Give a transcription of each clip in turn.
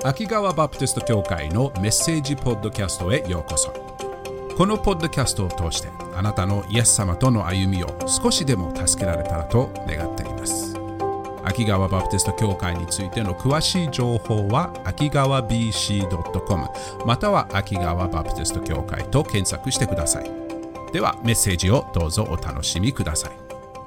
秋川バプテスト教会のメッセージポッドキャストへようこそ。このポッドキャストを通してあなたのイエス様との歩みを少しでも助けられたらと願っています。秋川バプテスト教会についての詳しい情報は秋川 BC.com または秋川バプテスト教会と検索してください。ではメッセージをどうぞお楽しみください。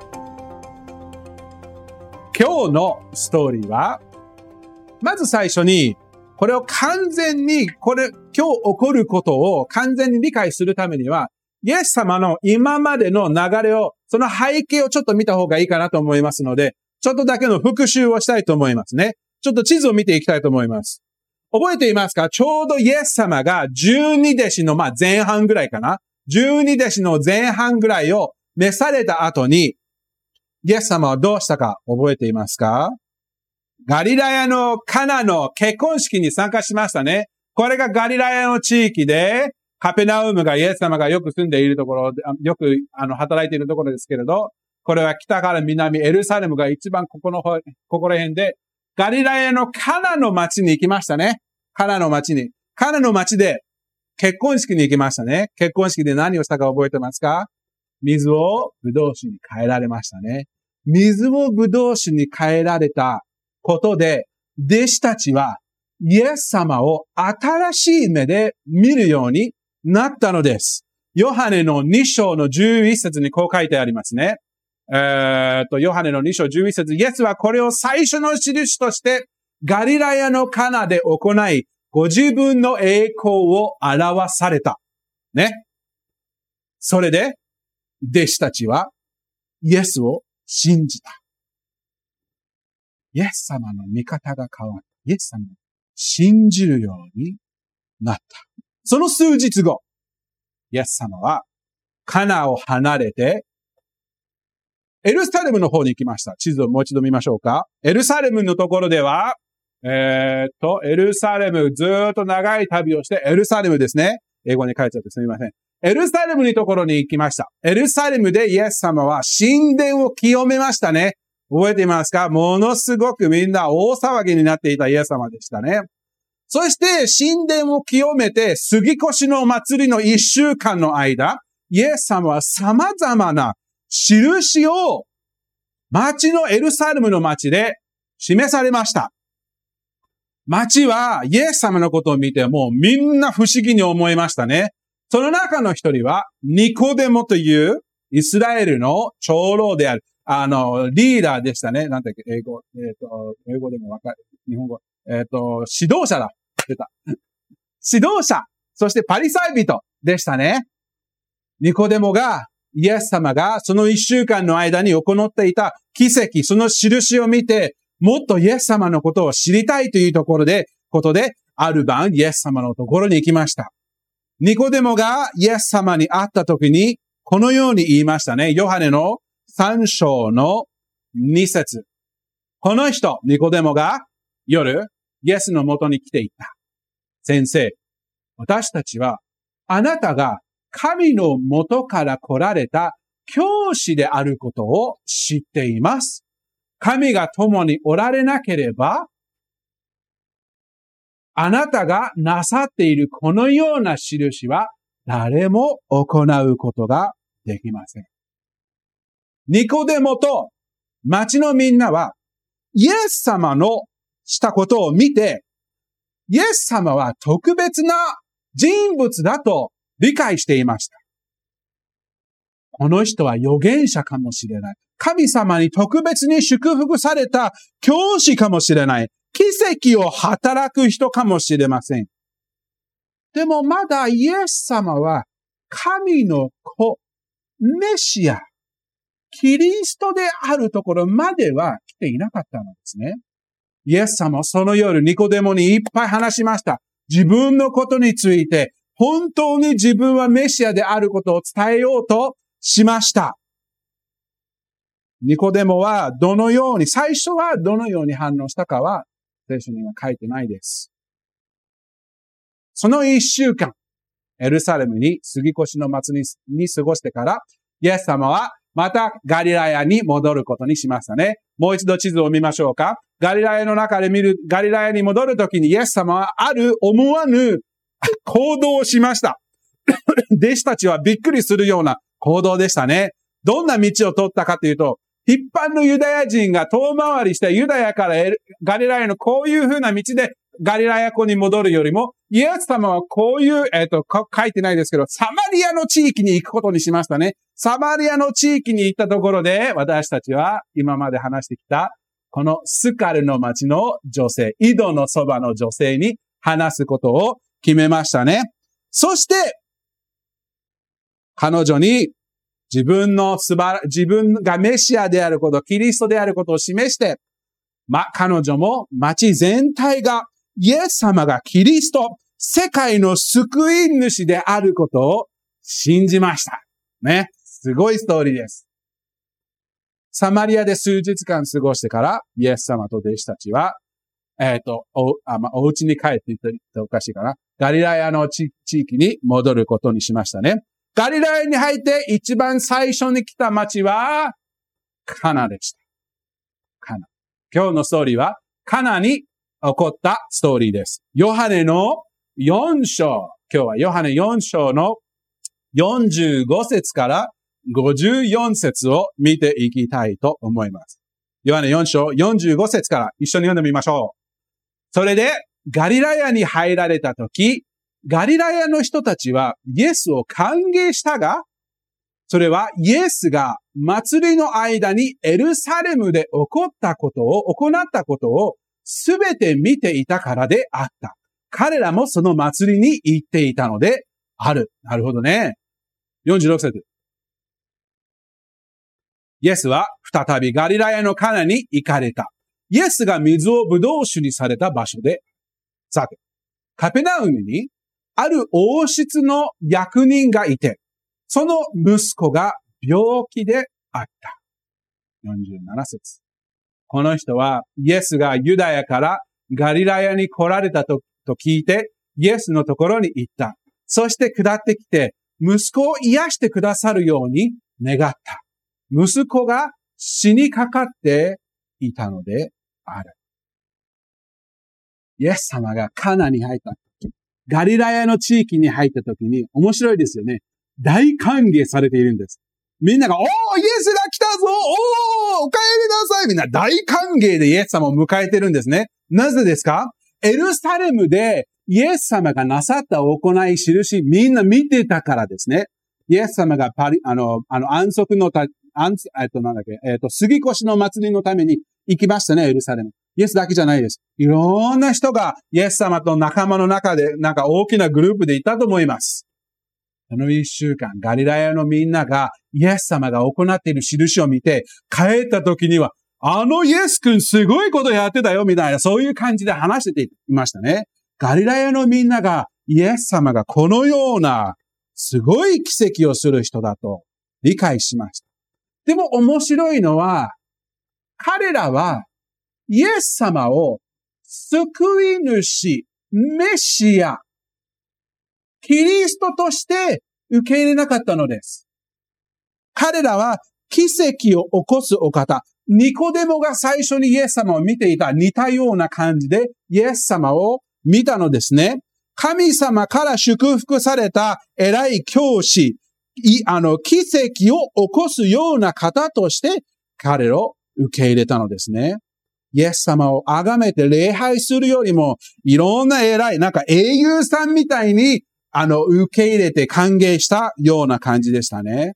今日のストーリーは、まず最初にこれを完全に今日起こることを完全に理解するためには、イエス様の今までの流れを、その背景をちょっと見た方がいいかなと思いますので、ちょっとだけの復習をしたいと思いますね。ちょっと地図を見ていきたいと思います。覚えていますか？ちょうどイエス様が12弟子の前半ぐらいかな。12弟子の前半ぐらいを召された後に、イエス様はどうしたか覚えていますか？ガリラヤのカナの結婚式に参加しましたね。これがガリラヤの地域で、カペナウムがイエス様がよく住んでいるところ、よく働いているところですけれど、これは北から南、エルサレムが一番ここら辺で、ガリラヤのカナの町に行きましたね。カナの町で結婚式に行きましたね。結婚式で何をしたか覚えてますか？水をブドウ酒に変えられましたね。水をブドウ酒に変えられたことで、弟子たちはイエス様を新しい目で見るようになったのです。ヨハネの2章の11節にこう書いてありますね。ヨハネの2章11節、イエスはこれを最初の印としてガリラヤのカナで行い、ご自分の栄光を表された。ね。それで、弟子たちはイエスを信じた。イエス様の見方が変わった。イエス様を信じるようになった。その数日後、イエス様はカナを離れて、エルサレムの方に行きました。地図をもう一度見ましょうか。エルサレムのところでは、エルサレム、ずーっと長い旅をして、エルサレムですね。英語に書いちゃってすみません。エルサレムのところに行きました。エルサレムでイエス様は神殿を清めましたね。覚えていますか？ものすごくみんな大騒ぎになっていたイエス様でしたね。そして神殿を清めて杉越の祭りの1週間の間、イエス様は様々な印をエルサレムの町で示されました。町はイエス様のことを見てもうみんな不思議に思いましたね。その中の一人はニコデモというイスラエルの長老である。リーダーでしたね。なんだっけ、英語でもわかる。日本語。指導者だ。出た。指導者。そしてパリサイ人でしたね。ニコデモが、イエス様がその一週間の間に行っていた奇跡、その印を見て、もっとイエス様のことを知りたいということで、ある晩、イエス様のところに行きました。ニコデモがイエス様に会ったときに、このように言いましたね。ヨハネの3章の2節。この人、ニコデモが夜、イエスの元に来ていった。先生、私たちはあなたが神の元から来られた教師であることを知っています。神が共におられなければ、あなたがなさっているこのような印は誰も行うことができません。ニコデモと町のみんなはイエス様のしたことを見て、イエス様は特別な人物だと理解していました。この人は預言者かもしれない。神様に特別に祝福された教師かもしれない。奇跡を働く人かもしれません。でもまだイエス様は神の子、メシア、キリストであるところまでは来ていなかったのですね。イエス様はその夜ニコデモにいっぱい話しました。自分のことについて本当に自分はメシアであることを伝えようとしました。ニコデモは最初はどのように反応したかは聖書には書いてないです。その一週間、エルサレムに杉越の祭りに過ごしてから、イエス様はまたガリラヤに戻ることにしましたね。もう一度地図を見ましょうか。 ガリラヤの中で見る、ガリラヤに戻るときにイエス様はある思わぬ行動をしました。弟子たちはびっくりするような行動でしたね。どんな道を通ったかというと、一般のユダヤ人が遠回りしてユダヤからガリラヤのこういう風な道でガリラヤ湖に戻るよりも、イエス様はこういう、書いてないですけど、サマリアの地域に行くことにしましたね。サマリアの地域に行ったところで、私たちは今まで話してきた、このスカルの町の女性、井戸のそばの女性に話すことを決めましたね。そして、彼女に自分がメシアであること、キリストであることを示して、彼女も町全体がイエス様がキリスト、世界の救い主であることを信じました。ね。すごいストーリーです。サマリアで数日間過ごしてから、イエス様と弟子たちは、お家に帰っていったおかしいかな。ガリラヤの地域に戻ることにしましたね。ガリラヤに入って一番最初に来た町は、カナでした。カナ。今日のストーリーは、カナに起こったストーリーです。ヨハネの4章。今日はヨハネ4章の45節から54節を見ていきたいと思います。ヨハネ4章45節から一緒に読んでみましょう。それで、ガリラヤに入られたとき、ガリラヤの人たちはイエスを歓迎したが、それはイエスが祭りの間にエルサレムで行ったことをすべて見ていたからであった。彼らもその祭りに行っていたのである。なるほどね。46節。イエスは再びガリラヤのカナに行かれた。イエスが水をブドウ酒にされた場所で、さて、カペナウムにある王室の役人がいて、その息子が病気であった。47節。この人はイエスがユダヤからガリラヤに来られたと聞いて、イエスのところに行った。そして下ってきて、息子を癒してくださるように願った。息子が死にかかっていたのである。イエス様がカナに入った時、ガリラヤの地域に入った時に面白いですよね。大歓迎されているんです。みんなが、おー、イエスが来たぞ、おー、お帰りなさい。みんな大歓迎でイエス様を迎えてるんですね。なぜですか？エルサレムでイエス様がなさった行い、印、みんな見てたからですね。イエス様が安息の杉越の祭りのために行きましたね、エルサレム。イエスだけじゃないです。いろんな人がイエス様と仲間の中で大きなグループでいたと思います。この一週間、ガリラヤのみんながイエス様が行っている印を見て、帰った時には、イエス君すごいことやってたよ、みたいな、そういう感じで話していましたね。ガリラヤのみんながイエス様がこのようなすごい奇跡をする人だと理解しました。でも面白いのは、彼らはイエス様を救い主、メシア、キリストとして受け入れなかったのです。彼らは奇跡を起こすお方、ニコデモが最初にイエス様を見ていた似たような感じでイエス様を見たのですね。神様から祝福された偉い教師、奇跡を起こすような方として彼を受け入れたのですね。イエス様を崇めて礼拝するよりも、いろんな偉い、英雄さんみたいに、受け入れて歓迎したような感じでしたね。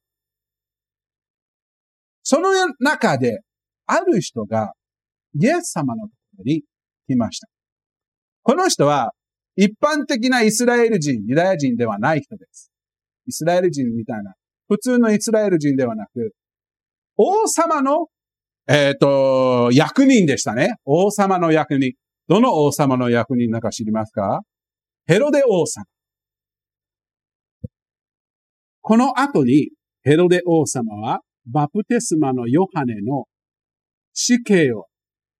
その中で、ある人が、イエス様のところに来ました。この人は、一般的なイスラエル人、ユダヤ人ではない人です。イスラエル人みたいな、普通のイスラエル人ではなく、王様の役人でしたね。王様の役人。どの王様の役人なのか知りますか？ヘロデ王様。この後に、ヘロデ王様は、バプテスマのヨハネの死刑を、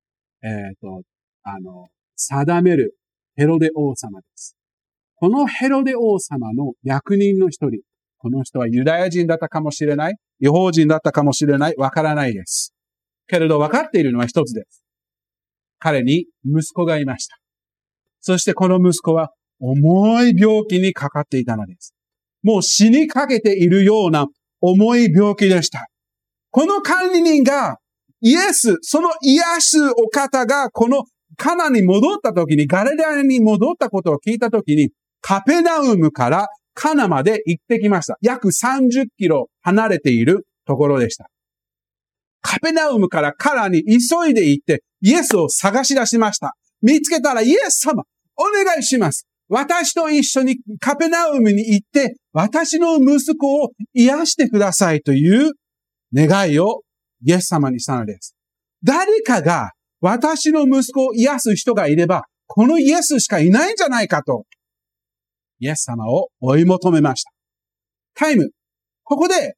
定めるヘロデ王様です。このヘロデ王様の役人の一人。この人はユダヤ人だったかもしれない。異邦人だったかもしれない。わからないです。けれど分かっているのは一つです。 彼に息子がいました。そしてこの息子は重い病気にかかっていたのです。もう死にかけているような重い病気でした。この管理人がその癒すお方がこのカナに戻った時に、ガリラヤに戻ったことを聞いた時に、カペナウムからカナまで行ってきました。約30キロ離れているところでした。カペナウムからカナに急いで行って、イエスを探し出しました。見つけたら、イエス様、お願いします。私と一緒にカペナウムに行って、私の息子を癒してくださいという願いをイエス様にしたのです。誰かが私の息子を癒す人がいれば、このイエスしかいないんじゃないかと、イエス様を追い求めました。タイム。ここで、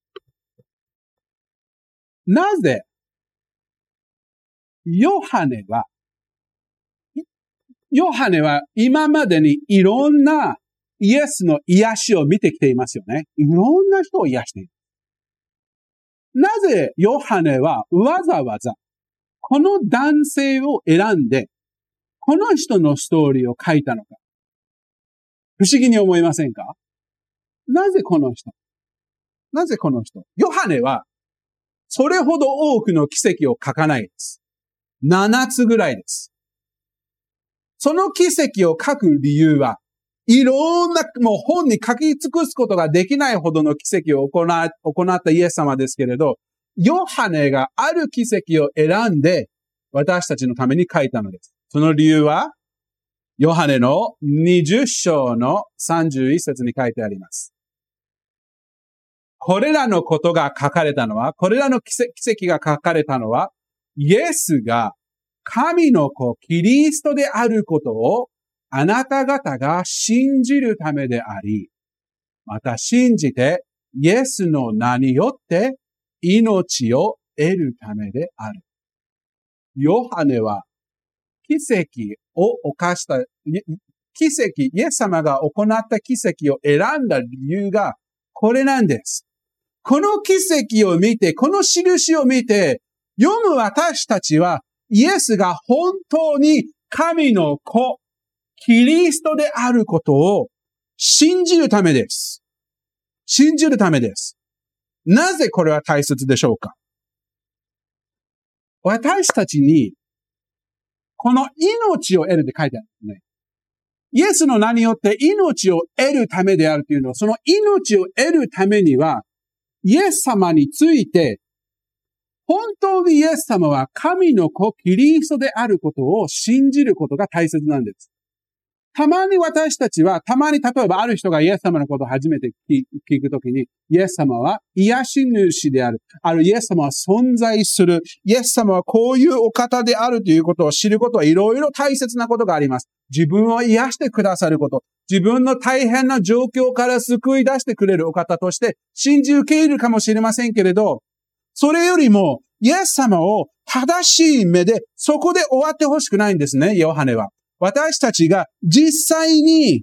なぜ、ヨハネは今までにいろんなイエスの癒しを見てきていますよね。いろんな人を癒している。なぜヨハネはわざわざこの男性を選んで、この人のストーリーを書いたのか。不思議に思いませんか？なぜこの人？ヨハネは、それほど多くの奇跡を書かないです。7つぐらいです。その奇跡を書く理由は、いろんな、もう本に書き尽くすことができないほどの奇跡を行ったイエス様ですけれど、ヨハネがある奇跡を選んで、私たちのために書いたのです。その理由は、ヨハネの20章の31節に書いてあります。これらのことが書かれたのは、これらの奇跡が書かれたのは、イエスが神の子キリストであることをあなた方が信じるためであり、また信じてイエスの名によって命を得るためである。ヨハネは奇跡を犯した、イエス様が行った奇跡を選んだ理由がこれなんです。この奇跡を見て、この印を見て、読む私たちは、イエスが本当に神の子、キリストであることを信じるためです。信じるためです。なぜこれは大切でしょうか？私たちに、この命を得るって書いてあるんですね。イエスの名によって命を得るためであるというのは、その命を得るためには、イエス様について、本当にイエス様は神の子、キリストであることを信じることが大切なんです。たまに私たちは、例えばある人がイエス様のことを初めて聞くときに、イエス様は癒し主である。イエス様は存在する。イエス様はこういうお方であるということを知ることはいろいろ大切なことがあります。自分を癒してくださること。自分の大変な状況から救い出してくれるお方として信じ受け入れるかもしれませんけれど、それよりもイエス様を正しい目でそこで終わってほしくないんですね、ヨハネは。私たちが実際に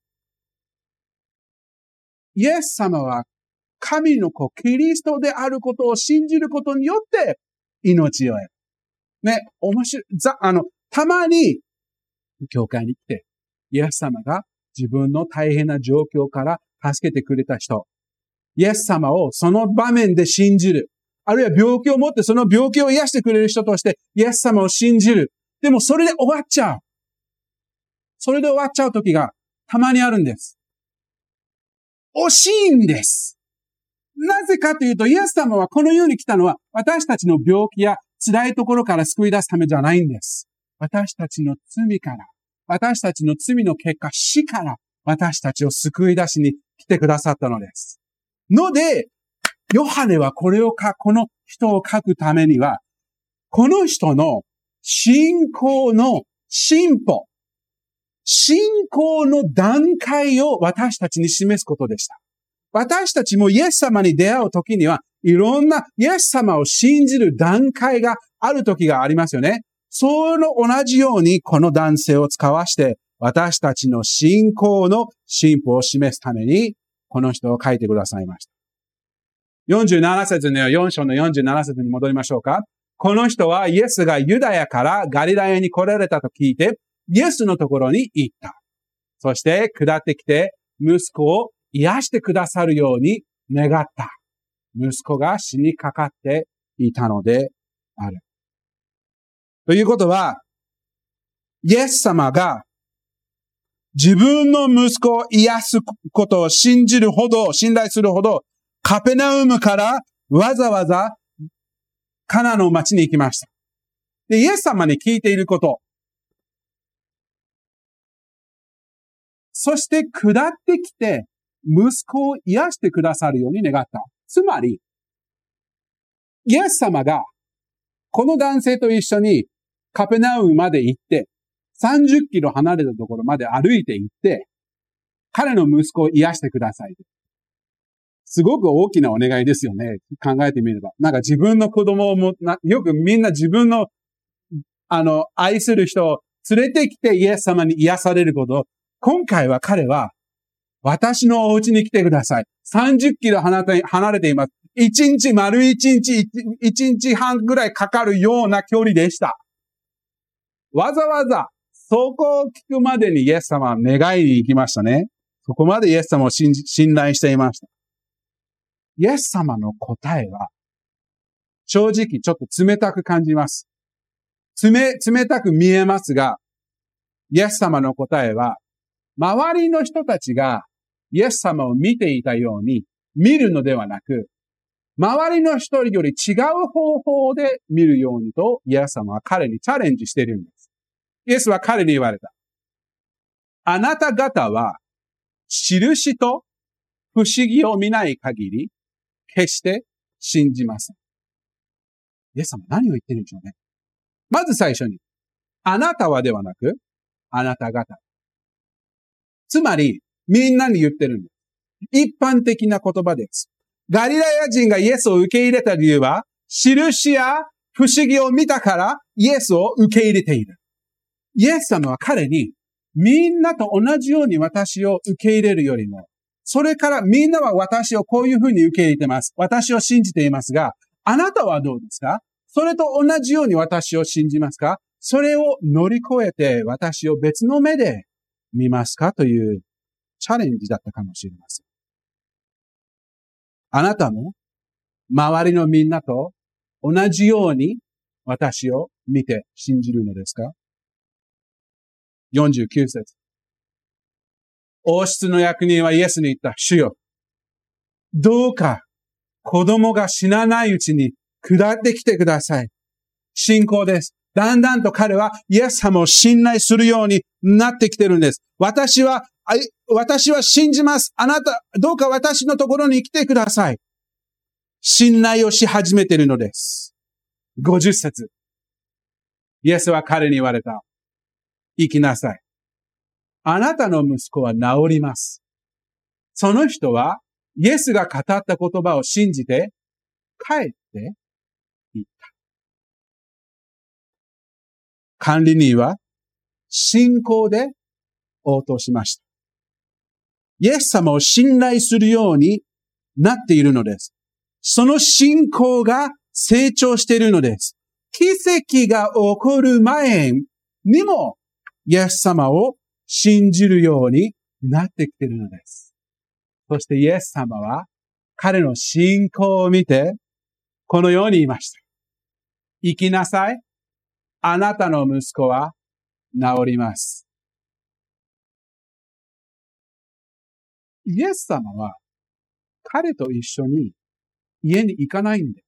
イエス様は神の子、キリストであることを信じることによって命を得る。ね、たまに教会に来て、イエス様が自分の大変な状況から助けてくれた人、イエス様をその場面で信じる。あるいは病気を持ってその病気を癒してくれる人としてイエス様を信じる。でもそれで終わっちゃう。それで終わっちゃう時がたまにあるんです。惜しいんです。なぜかというと、イエス様はこの世に来たのは私たちの病気や辛いところから救い出すためじゃないんです。私たちの罪から、私たちの罪の結果、死から私たちを救い出しに来てくださったのです。ので、ヨハネはこの人を書くためには、この人の信仰の進歩、信仰の段階を私たちに示すことでした。私たちもイエス様に出会うときには、いろんなイエス様を信じる段階があるときがありますよね。その同じようにこの男性を使わして、私たちの信仰の進歩を示すために、この人を書いてくださいました。47節の4章の47節に戻りましょうか。 この人はイエスがユダヤからガリラヤに来られたと聞いて、イエスのところに行った。そして下ってきて、息子を癒してくださるように願った。息子が死にかかっていたのである。ということは、イエス様が自分の息子を癒すことを信じるほど、信頼するほど、カペナウムからわざわざカナの町に行きました。で、イエス様に聞いていること。そして下ってきて、息子を癒してくださるように願った。つまり、イエス様が、この男性と一緒にカペナウムまで行って、30キロ離れたところまで歩いて行って、彼の息子を癒してください。すごく大きなお願いですよね。考えてみれば。なんか自分の子供をよくみんな自分の、愛する人を連れてきてイエス様に癒されること。今回は彼は、私のお家に来てください。30キロ離れています。丸1日半ぐらいかかるような距離でした。わざわざ、そこを聞くまでにイエス様は願いに行きましたね。そこまでイエス様を信頼していました。イエス様の答えは、正直ちょっと冷たく感じます。冷たく見えますが、イエス様の答えは、周りの人たちがイエス様を見ていたように見るのではなく、周りの人より違う方法で見るようにと、イエス様は彼にチャレンジしているんです。イエスは彼に言われた。あなた方は、印と不思議を見ない限り、決して信じません。イエス様何を言ってるんでしょうね。まず最初に、あなたはではなく、あなた方。つまり、みんなに言ってるんです。一般的な言葉です。ガリラヤ人がイエスを受け入れた理由は、印や不思議を見たからイエスを受け入れている。イエス様は彼に、みんなと同じように私を受け入れるよりも、それからみんなは私をこういうふうに受け入れています。私を信じていますが、あなたはどうですか？それと同じように私を信じますか？それを乗り越えて私を別の目で見ますか？というチャレンジだったかもしれません。あなたも周りのみんなと同じように私を見て信じるのですか？ 49 節。王室の役人はイエスに言った。主よ、どうか子供が死なないうちに下ってきてください。信仰です。だんだんと彼はイエス様を信頼するようになってきてるんです。私は信じます。あなた、どうか私のところに来てください。信頼をし始めているのです。50節。イエスは彼に言われた。行きなさい。あなたの息子は治ります。その人はイエスが語った言葉を信じて帰って行った。管理人は信仰で応答しました。イエス様を信頼するようになっているのです。その信仰が成長しているのです。奇跡が起こる前にもイエス様を信じるようになってきているのです。そしてイエス様は彼の信仰を見てこのように言いました。行きなさい。あなたの息子は治ります。イエス様は彼と一緒に家に行かないんです。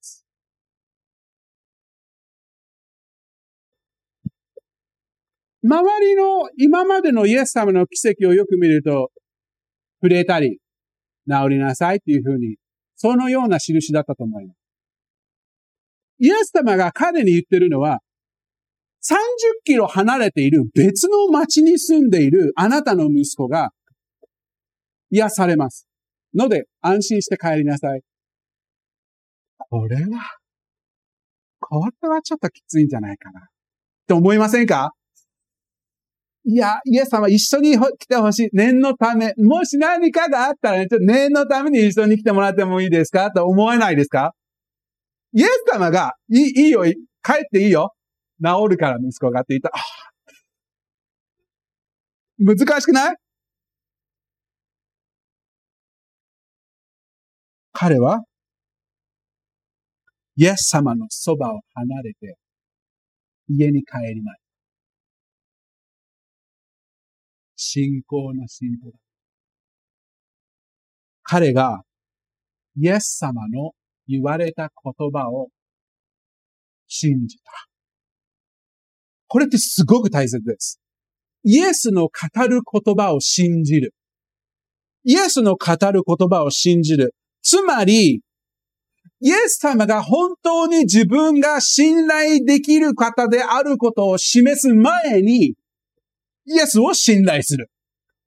周りの今までのイエス様の奇跡をよく見ると、触れたり、治りなさいっていうふうに、そのような印だったと思います。イエス様が彼に言ってるのは、30キロ離れている別の町に住んでいるあなたの息子が癒されます。ので、安心して帰りなさい。これはちょっときついんじゃないかな。って思いませんか？いや、イエス様一緒に来てほしい。念のため。もし何かがあったらね、ちょっと念のために一緒に来てもらってもいいですかと思えないですか？ イエス様が、いいよ、帰っていいよ。治るから息子がって言った。難しくない？彼は、イエス様のそばを離れて、家に帰ります。信仰の信仰だ。彼が、イエス様の言われた言葉を信じた。これってすごく大切です。イエスの語る言葉を信じる。イエスの語る言葉を信じる。つまり、イエス様が本当に自分が信頼できる方であることを示す前に、イエスを信頼する。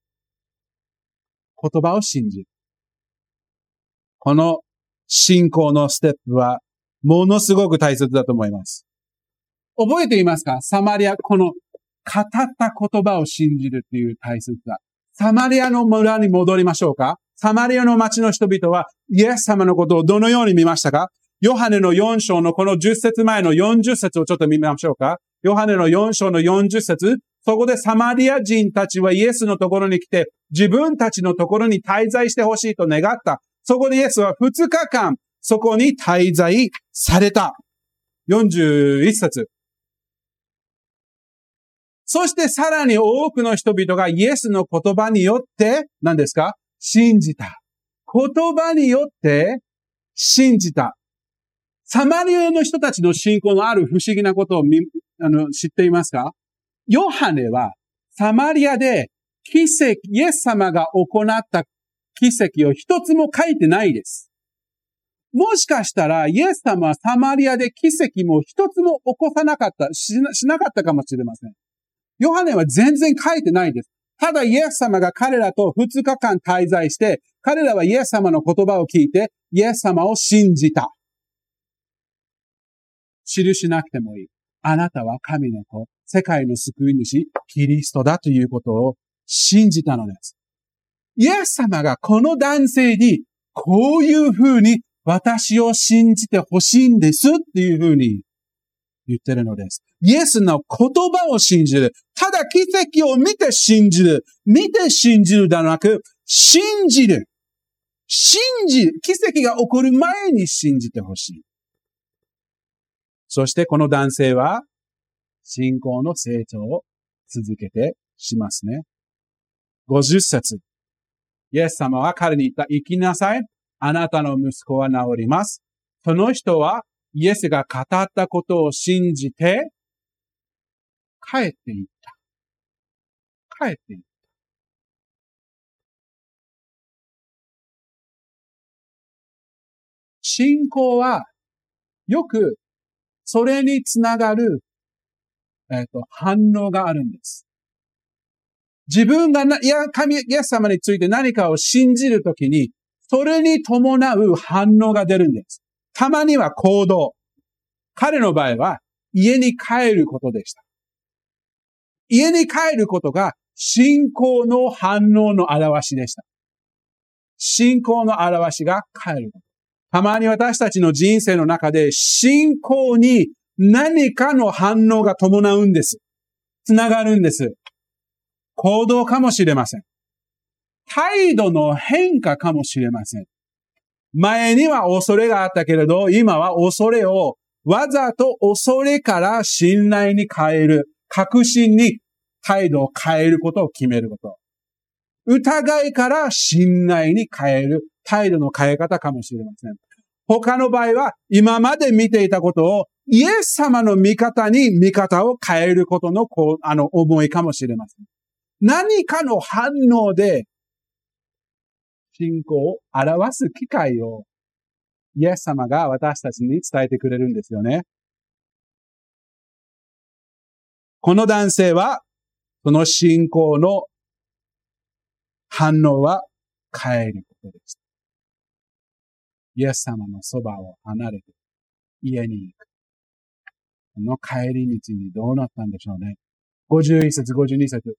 言葉を信じる。この信仰のステップは、ものすごく大切だと思います。覚えていますか？サマリア、この語った言葉を信じるっていう大切さ。サマリアの村に戻りましょうか？サマリアの町の人々はイエス様のことをどのように見ましたか？ヨハネの4章のこの10節前の40節をちょっと見ましょうか？ヨハネの4章の40節、そこでサマリア人たちはイエスのところに来て、自分たちのところに滞在してほしいと願った。そこでイエスは2日間、そこに滞在された。41節。そしてさらに多くの人々がイエスの言葉によって、何ですか？信じた。言葉によって信じた。サマリアの人たちの信仰のある不思議なことを知っていますか？ヨハネはサマリアで奇跡、イエス様が行った奇跡を一つも書いてないです。もしかしたらイエス様はサマリアで奇跡も一つも起こさなかった、しなかったかもしれません。ヨハネは全然書いてないです。ただイエス様が彼らと2日間滞在して、彼らはイエス様の言葉を聞いて、イエス様を信じた。印なくてもいい。あなたは神の子、世界の救い主、キリストだということを信じたのです。イエス様がこの男性に、こういうふうに私を信じてほしいんですっていうふうに言ってるのです。イエスの言葉を信じる。ただ奇跡を見て信じる。見て信じるではなく、信じる。信じる。奇跡が起こる前に信じてほしい。そしてこの男性は、信仰の成長を続けてしますね。50節。イエス様は彼に言った。行きなさい。あなたの息子は治ります。その人はイエスが語ったことを信じて、帰っていった。帰っていった。信仰は、よく、それにつながる、反応があるんです。自分がイエス様について何かを信じるときに、それに伴う反応が出るんです。たまには行動。彼の場合は、家に帰ることでした。家に帰ることが、信仰の反応の表しでした。信仰の表しが帰ること。たまに私たちの人生の中で、信仰に何かの反応が伴うんです。つながるんです。行動かもしれません。態度の変化かもしれません。前には恐れがあったけれど、今は恐れをわざと恐れから信頼に変える。確信に態度を変えることを決めること。疑いから信頼に変える態度の変え方かもしれません。他の場合は今まで見ていたことをイエス様の見方に見方を変えることの思いかもしれません。何かの反応で信仰を表す機会をイエス様が私たちに伝えてくれるんですよね。この男性は、その信仰の反応は帰ることです。イエス様のそばを離れて家に行く。この帰り道にどうなったんでしょうね。51節、52節。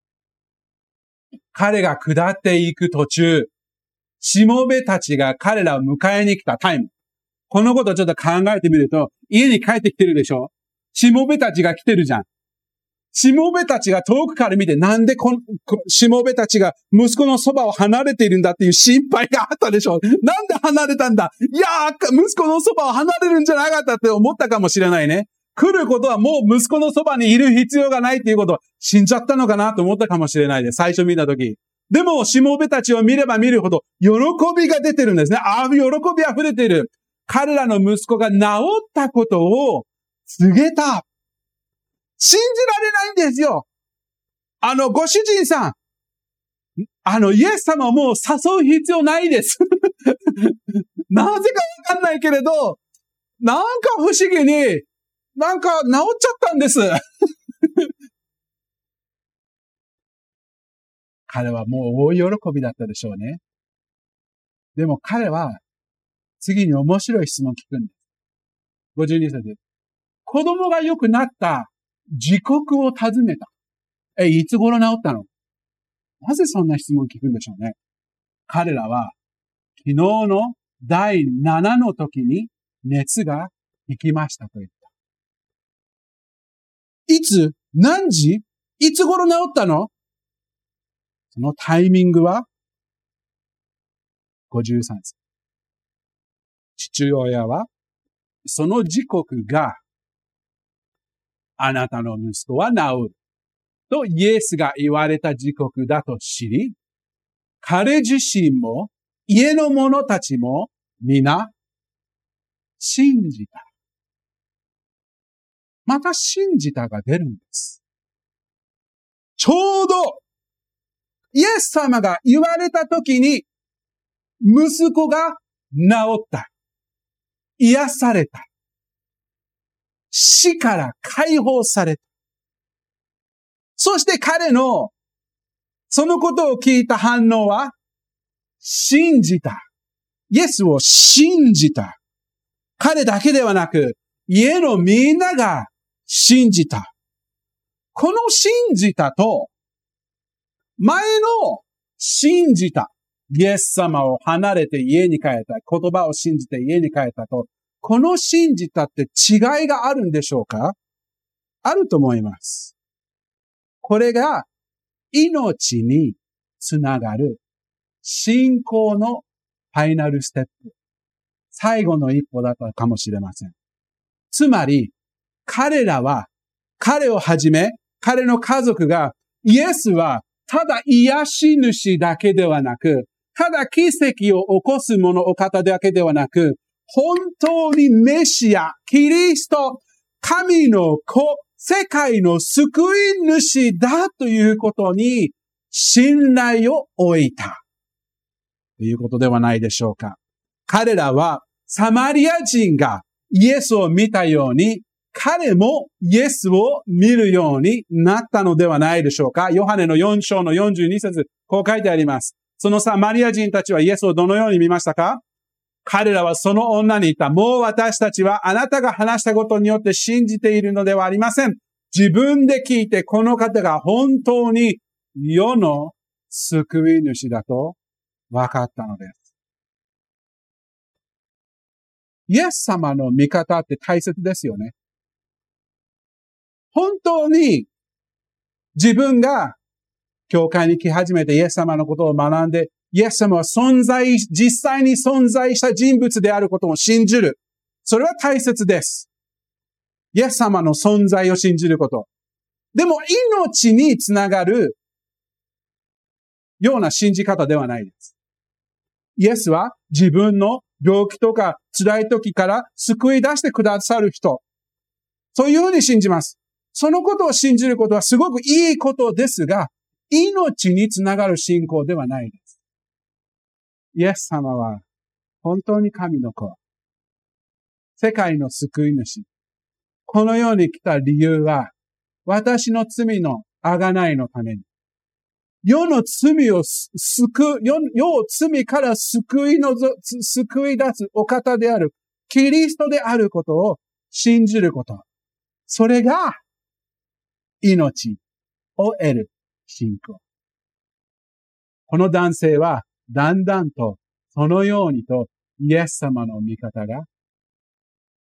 彼が下っていく途中、しもべたちが彼らを迎えに来たタイム。 このことをちょっと考えてみると、家に帰ってきてるでしょ？しもべたちが来てるじゃん。しもべたちが遠くから見て、なんでしもべたちが息子のそばを離れているんだっていう心配があったでしょ？なんで離れたんだ？いやー、息子のそばを離れるんじゃなかったって思ったかもしれないね。来ることはもう息子のそばにいる必要がないっていうことを死んじゃったのかなと思ったかもしれないです。最初見たとき。でも、しもべたちを見れば見るほど、喜びが出てるんですね。喜び溢れている。彼らの息子が治ったことを告げた。信じられないんですよ。ご主人さん。イエス様をもう誘う必要ないです。なぜかわかんないけれど、なんか不思議に、なんか治っちゃったんです。彼はもう大喜びだったでしょうね。でも彼は次に面白い質問を聞くんです。52節。子供が良くなった時刻を尋ねた。いつ頃治ったの？なぜそんな質問を聞くんでしょうね。彼らは昨日の第7の時に熱が引きましたと言った。いつ？何時？いつ頃治ったの？そのタイミングは53節。父親はその時刻があなたの息子は治るとイエスが言われた時刻だと知り、彼自身も家の者たちも皆信じた。また信じたが出るんです。ちょうどイエス様が言われた時に息子が治った。癒された。死から解放された。そして彼のそのことを聞いた反応は信じた。イエスを信じた。彼だけではなく家のみんなが信じた。この信じたと前の信じた。イエス様を離れて家に帰った。言葉を信じて家に帰ったと。この信じたって違いがあるんでしょうか？あると思います。これが命につながる信仰のファイナルステップ。最後の一歩だったかもしれません。つまり、彼らは、彼をはじめ、彼の家族が、イエスはただ癒し主だけではなく、ただ奇跡を起こすお方だけではなく、本当にメシア、キリスト、神の子、世界の救い主だということに信頼を置いた。ということではないでしょうか。彼らはサマリア人がイエスを見たように、彼もイエスを見るようになったのではないでしょうか。ヨハネの4章の42節、こう書いてあります。そのサマリア人たちはイエスをどのように見ましたか？彼らはその女に言った。もう私たちはあなたが話したことによって信じているのではありません。自分で聞いてこの方が本当に世の救い主だと分かったのです。イエス様の見方って大切ですよね。本当に自分が教会に来始めてイエス様のことを学んで、イエス様は実際に存在した人物であることを信じる。それは大切です。イエス様の存在を信じること。でも命につながるような信じ方ではないです。イエスは自分の病気とか辛い時から救い出してくださる人。そういうふうに信じます。そのことを信じることはすごくいいことですが、命につながる信仰ではないです。イエス様は本当に神の子。世界の救い主。この世に来た理由は、私の罪の贖いのために。世の罪を世を罪から救い出すお方である、キリストであることを信じること。それが、命を得る信仰。この男性は、だんだんと、そのようにと、イエス様の御方が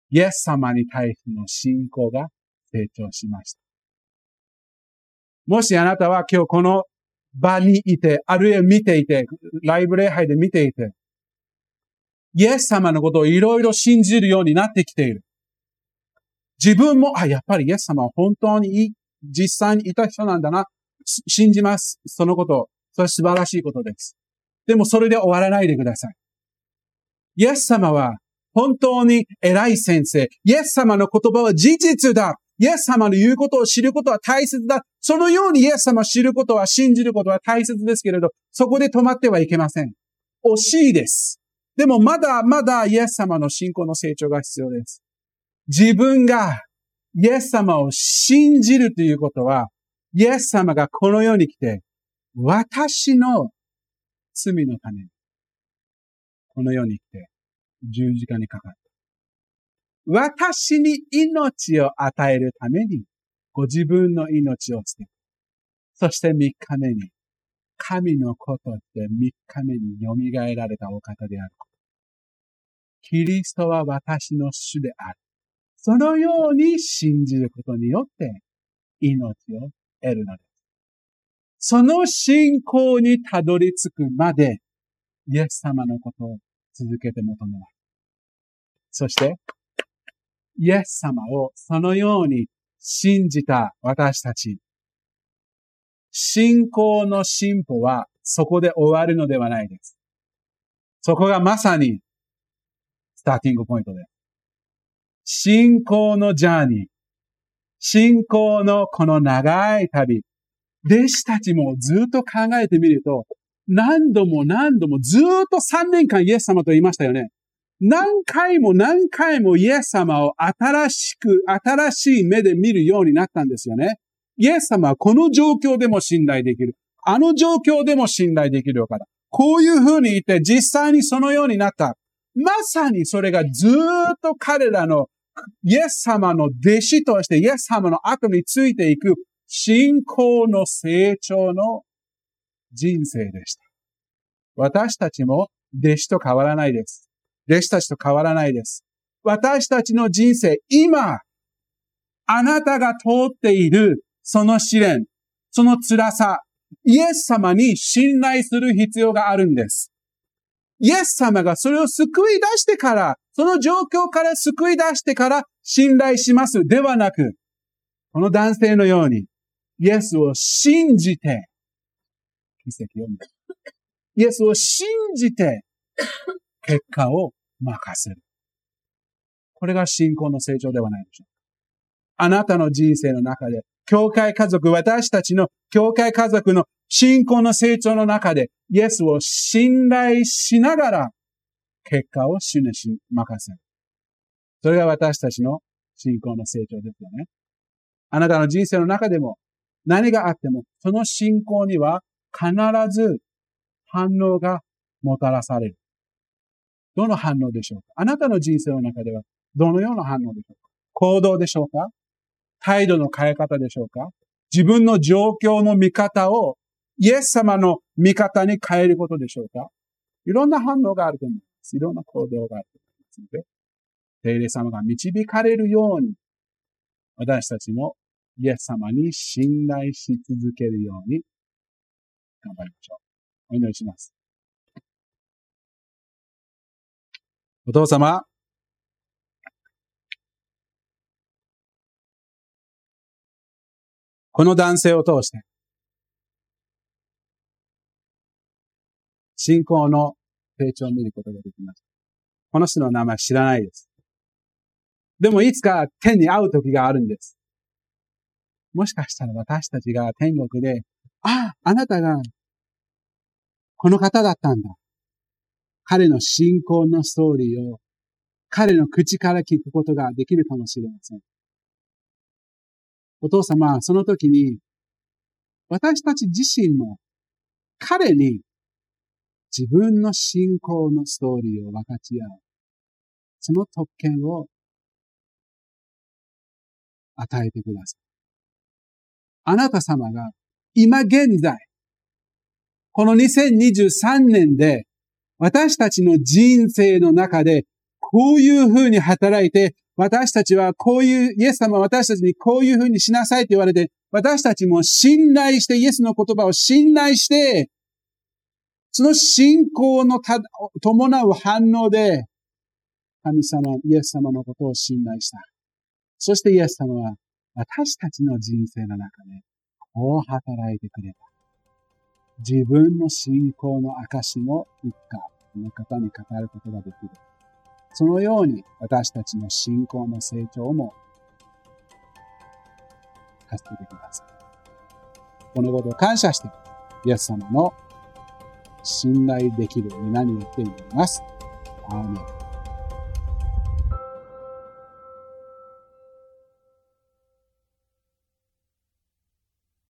イエス様に対しての信仰が成長しました。もしあなたは今日この場にいて、あるいは見ていて、ライブ礼拝で見ていて、イエス様のことをいろいろ信じるようになってきている。自分も、やっぱりイエス様は本当に実際にいた人なんだな。信じます。そのこと。それは素晴らしいことです。でもそれで終わらないでください。イエス様は本当に偉い先生。イエス様の言葉は事実だ。イエス様の言うことを知ることは大切だ。そのようにイエス様を知ることは信じることは大切ですけれど、そこで止まってはいけません。惜しいです。でもまだまだイエス様の信仰の成長が必要です。自分がイエス様を信じるということは、イエス様がこの世に来て、私の罪のために、この世に来て、十字架にかかった。私に命を与えるために、ご自分の命を捨て、そして3日目に、神の子として3日目に蘇られたお方であること。キリストは私の主である。そのように信じることによって、命を得るのです。その信仰にたどり着くまで、イエス様のことを続けて求めます。そして、イエス様をそのように信じた私たち。信仰の進歩はそこで終わるのではないです。そこがまさにスターティングポイントです。信仰のジャーニー。信仰のこの長い旅。弟子たちもずっと考えてみると、何度もずっと3年間イエス様と言いましたよね。何回もイエス様を新しい目で見るようになったんですよね。イエス様はこの状況でも信頼できる。あの状況でも信頼できるお方。こういう風に言って実際にそのようになった。まさにそれがずっと彼らのイエス様の弟子としてイエス様の後についていく信仰の成長の人生でした。私たちも弟子と変わらないです。弟子たちと変わらないです。私たちの人生、今、あなたが通っているその試練、その辛さ、イエス様に信頼する必要があるんです。イエス様がそれを救い出してから、その状況から救い出してから信頼しますではなく、この男性のように、イエスを信じて、奇跡を見る。イエスを信じて、結果を任せる。これが信仰の成長ではないでしょうか。あなたの人生の中で、教会家族、私たちの教会家族の信仰の成長の中で、イエスを信頼しながら、結果を主に任せる。それが私たちの信仰の成長ですよね。あなたの人生の中でも、何があっても、その信仰には必ず反応がもたらされる。どの反応でしょうか？あなたの人生の中ではどのような反応でしょうか？行動でしょうか？態度の変え方でしょうか？自分の状況の見方をイエス様の見方に変えることでしょうか？いろんな反応があると思います。いろんな行動があると思いますので、聖霊様が導かれるように、私たちもイエス様に信頼し続けるように頑張りましょう。お祈りします。お父様、この男性を通して、信仰の成長を見ることができました。この人の名前知らないです。でもいつか天に会う時があるんです。もしかしたら私たちが天国で、あなたがこの方だったんだ。彼の信仰のストーリーを彼の口から聞くことができるかもしれません。お父様、その時に私たち自身も彼に自分の信仰のストーリーを分かち合う。その特権を与えてください。あなた様が今現在、この2023年で私たちの人生の中でこういうふうに働いて私たちはこういう、イエス様は私たちにこういうふうにしなさいって言われて、私たちも信頼して、イエスの言葉を信頼して、その信仰の伴う反応で、神様、イエス様のことを信頼した。そしてイエス様は私たちの人生の中でこう働いてくれた。自分の信仰の証も一家の方に語ることができる。そのように私たちの信仰の成長も助けてください。このことを感謝して、イエス様の信頼できる皆によって祈ります。アーメン。